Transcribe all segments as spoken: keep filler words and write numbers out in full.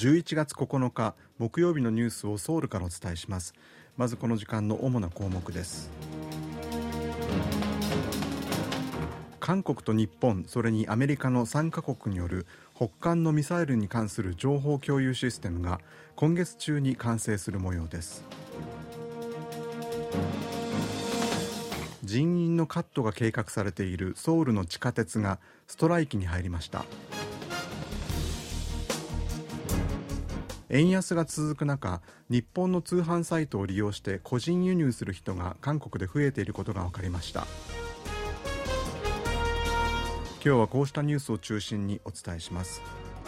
じゅういちがつここのか木曜日のニュースをソウルからお伝えします。まずこの時間の主な項目です。韓国と日本、それにアメリカのさんカ国による北韓のミサイルに関する情報共有システムが今月中に完成する模様です。人員のカットが計画されているソウルの地下鉄がストライキに入りました。円安が続く中、日本の通販サイトを利用して個人輸入する人が韓国で増えていることが分かりました。今日はこうしたニュースを中心にお伝えします。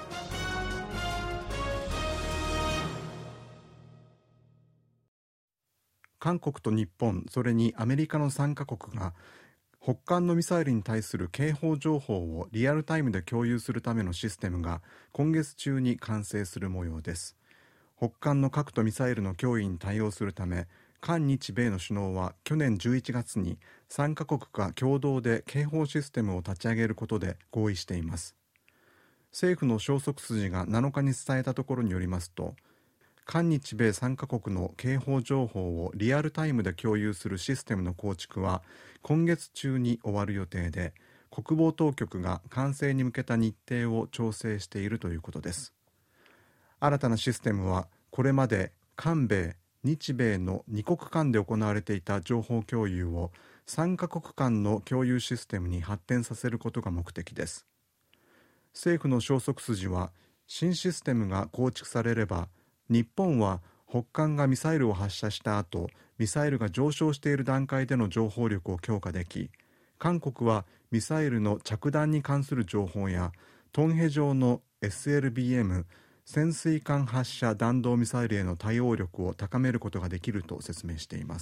韓国と日本、それにアメリカのさんカ国が北韓のミサイルに対する警報情報をリアルタイムで共有するためのシステムが今月中に完成する模様です。北韓の核とミサイルの脅威に対応するため、韓日米の首脳は去年じゅういちがつにさんカ国が共同で警報システムを立ち上げることで合意しています。政府の消息筋がなのかに伝えたところによりますと、韓日米さんカ国の警報情報をリアルタイムで共有するシステムの構築は今月中に終わる予定で、国防当局が完成に向けた日程を調整しているということです。新たなシステムはこれまで韓米、日米のに国間で行われていた情報共有をさんカ国間の共有システムに発展させることが目的です。政府の消息筋は、新システムが構築されれば、日本は北韓がミサイルを発射した後、ミサイルが上昇している段階での情報力を強化でき、韓国はミサイルの着弾に関する情報やトンヘ上の エスエルビーエム 潜水艦発射弾道ミサイルへの対応力を高めることができると説明しています。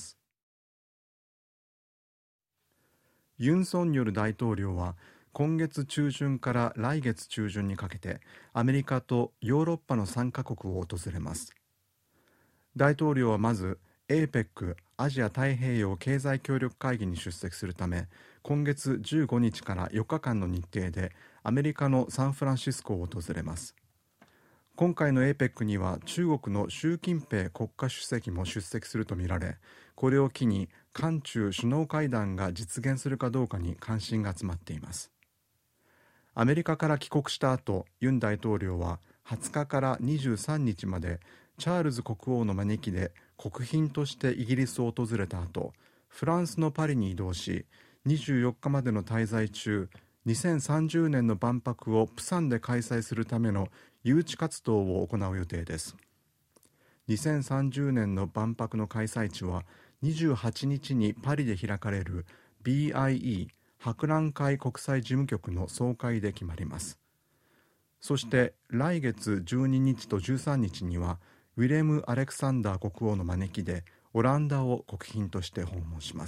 ユン・ソンニョル大統領は今月中旬から来月中旬にかけてアメリカとヨーロッパのさんカ国を訪れます。大統領はまず エーペック アジア太平洋経済協力会議に出席するため、今月じゅうごにちからよっかかんの日程でアメリカのサンフランシスコを訪れます。今回の エーペック には中国の習近平国家主席も出席するとみられ、これを機に韓中首脳会談が実現するかどうかに関心が集まっています。アメリカから帰国した後、ユン大統領ははつかからにじゅうさんにちまでチャールズ国王の招きで国賓としてイギリスを訪れた後、フランスのパリに移動し、にじゅうよっかまでの滞在中、にせんさんじゅうねんの万博をプサンで開催するための誘致活動を行う予定です。にせんさんじゅうねんの万博の開催地はにじゅうはちにちにパリで開かれる ビーアイイー 博覧会国際事務局の総会で決まります。そして来月じゅうににちとじゅうさんにちにはウィレム・アレクサンダー国王の招きでオランダを国賓として訪問します。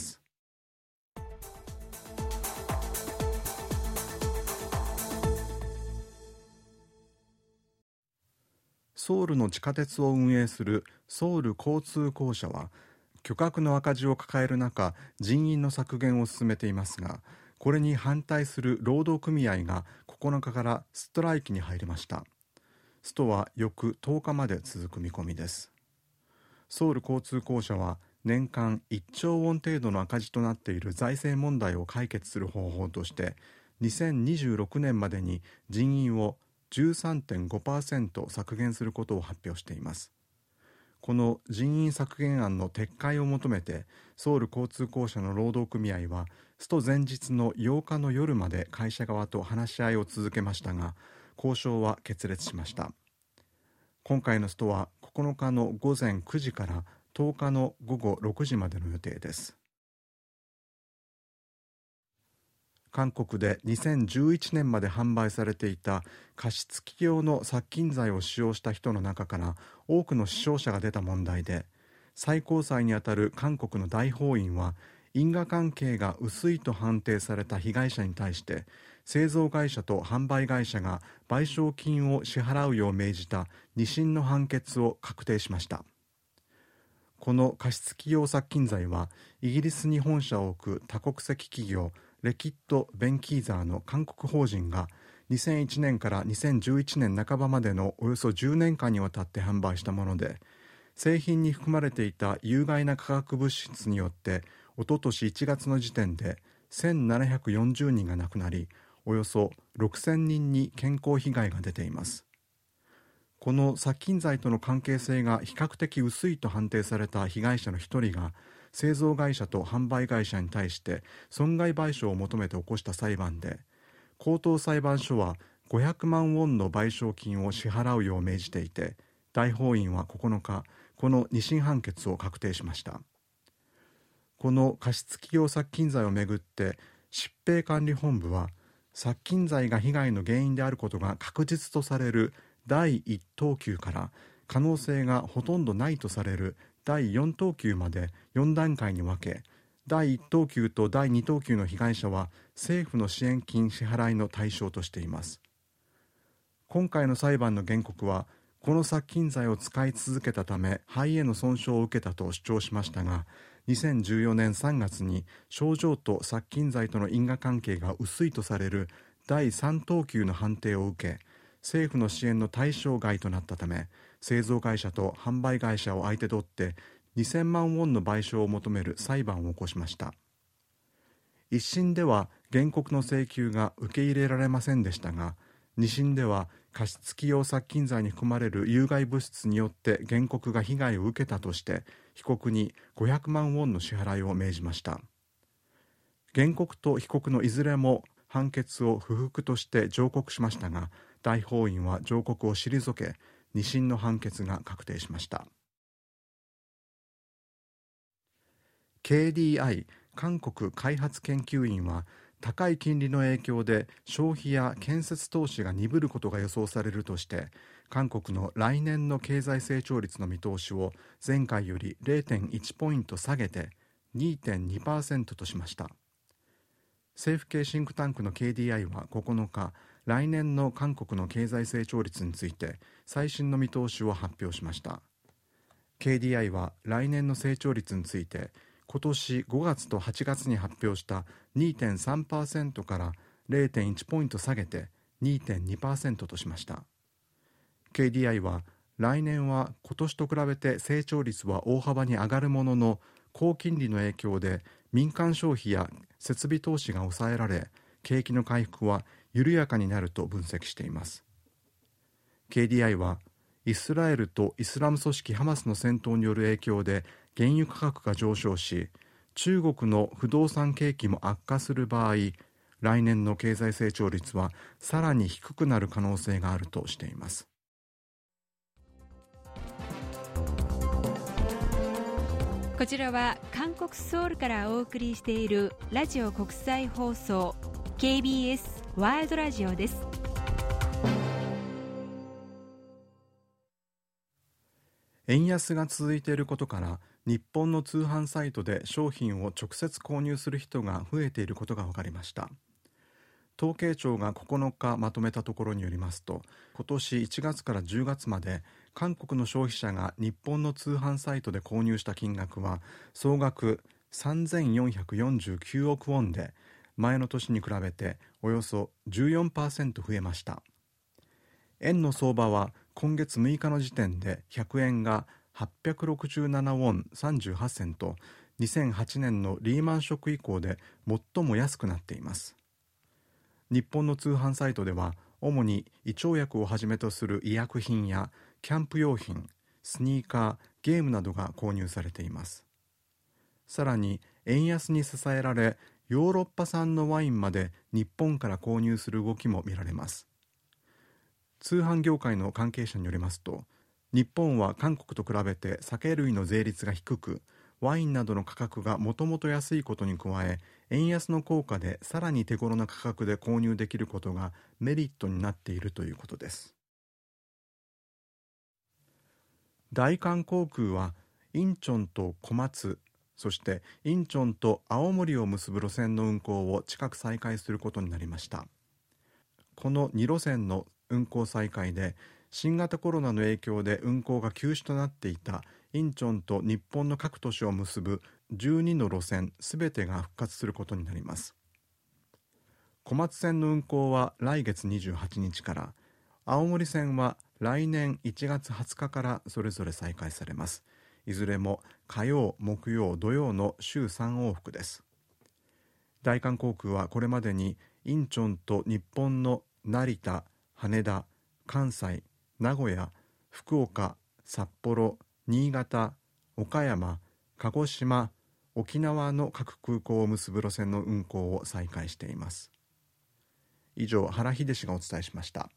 ソウルの地下鉄を運営するソウル交通公社は、巨額の赤字を抱える中、人員の削減を進めていますが、これに反対する労働組合がここのかからストライキに入りました。ストは翌とおかまで続く見込みです。ソウル交通公社は年間いっちょうウォン程度の赤字となっている財政問題を解決する方法として、にせんにじゅうろくねんまでに人員を じゅうさんてんごパーセント 削減することを発表しています。この人員削減案の撤回を求めて、ソウル交通公社の労働組合はスト前日のようかの夜まで会社側と話し合いを続けましたが、交渉は決裂しました。今回のストはここのかのごぜんくじからとおかのごごろくじまでの予定です。韓国でにせんじゅういちねんまで販売されていた加湿器用の殺菌剤を使用した人の中から多くの死傷者が出た問題で、最高裁にあたる韓国の大法院は因果関係が薄いと判定された被害者に対して製造会社と販売会社が賠償金を支払うよう命じた二審の判決を確定しました。この加湿器用殺菌剤はイギリスに本社を置く多国籍企業レキッド・ベンキーザーの韓国法人がにせんいちねんからにせんじゅういちねん半ばまでのおよそじゅうねんかんにわたって販売したもので、製品に含まれていた有害な化学物質によっておととしいちがつの時点でせんななひゃくよんじゅうにんが亡くなり、およそろくせんにんに健康被害が出ています。この殺菌剤との関係性が比較的薄いと判定された被害者の一人が、製造会社と販売会社に対して損害賠償を求めて起こした裁判で、高等裁判所はごひゃくまんウォンの賠償金を支払うよう命じていて、大法院はここのか、この二審判決を確定しました。この加湿器用殺菌剤をめぐって疾病管理本部は、殺菌剤が被害の原因であることが確実とされるだいいち等級から可能性がほとんどないとされるだいよん等級までよん段階に分け、だいいち等級とだいに等級の被害者は政府の支援金支払いの対象としています。今回の裁判の原告は、この殺菌剤を使い続けたため肺への損傷を受けたと主張しましたが、にせんじゅうよねんさんがつに症状と殺菌剤との因果関係が薄いとされるだいさん等級の判定を受け、政府の支援の対象外となったため、製造会社と販売会社を相手取ってにせんまんウォンの賠償を求める裁判を起こしました。一審では原告の請求が受け入れられませんでしたが、二審では加湿器用殺菌剤に含まれる有害物質によって原告が被害を受けたとして被告にごひゃくまんウォンの支払いを命じました。原告と被告のいずれも判決を不服として上告しましたが、大法院は上告を退け、二審の判決が確定しました。 ケーディーアイ 韓国開発研究院は、高い金利の影響で消費や建設投資が鈍ることが予想されるとして、韓国の来年の経済成長率の見通しを前回より れいてんいち ポイント下げて にてんにパーセント としました。政府系シンクタンクの ケーディーアイ はここのか、来年の韓国の経済成長率について最新の見通しを発表しました。 ケーディーアイ は来年の成長率について、今年ごがつとはちがつに発表した にてんさんパーセント から れいてんいち ポイント下げて にてんにパーセント としました。 ケーディーアイ は来年は今年と比べて成長率は大幅に上がるものの、高金利の影響で民間消費や設備投資が抑えられ、景気の回復は緩やかになると分析しています。 ケーディーアイ はイスラエルとイスラム組織ハマスの戦闘による影響で原油価格が上昇し、中国の不動産景気も悪化する場合、来年の経済成長率はさらに低くなる可能性があるとしています。 こちらは韓国ソウルからお送りしているラジオ国際放送 ケービーエス ワールドラジオです。 円安が続いていることから、日本の通販サイトで商品を直接購入する人が増えていることが分かりました。統計庁がここのかまとめたところによりますと、今年いちがつからじゅうがつまで韓国の消費者が日本の通販サイトで購入した金額は総額さんぜんよんひゃくよんじゅうきゅうおくウォンで、前の年に比べておよそ じゅうよんパーセント 増えました。円の相場は今月むいかの時点でひゃくえんがはっぴゃくろくじゅうななウォンさんじゅうはちセント、にせんはちねんのリーマンショック以降で最も安くなっています。日本の通販サイトでは主に胃腸薬をはじめとする医薬品やキャンプ用品、スニーカー、ゲームなどが購入されています。さらに円安に支えられ、ヨーロッパ産のワインまで日本から購入する動きも見られます。通販業界の関係者によりますと、日本は韓国と比べて酒類の税率が低く、ワインなどの価格がもともと安いことに加え、円安の効果でさらに手頃な価格で購入できることがメリットになっているということです。大韓航空はインチョンと小松、そしてインチョンと青森を結ぶ路線の運行を近く再開することになりました。このに路線の運行再開で、新型コロナの影響で運行が休止となっていたインチョンと日本の各都市を結ぶじゅうにの路線すべてが復活することになります。 小松線の運行は来月にじゅうはちにちから、青森線は来年いちがつはつかからそれぞれ再開されます。いずれも火曜、木曜、土曜の週さん往復です。大韓航空はこれまでにインチョンと日本の成田、羽田、関西、名古屋、福岡、札幌、新潟、岡山、鹿児島、沖縄の各空港を結ぶ路線の運航を再開しています。以上、原秀氏がお伝えしました。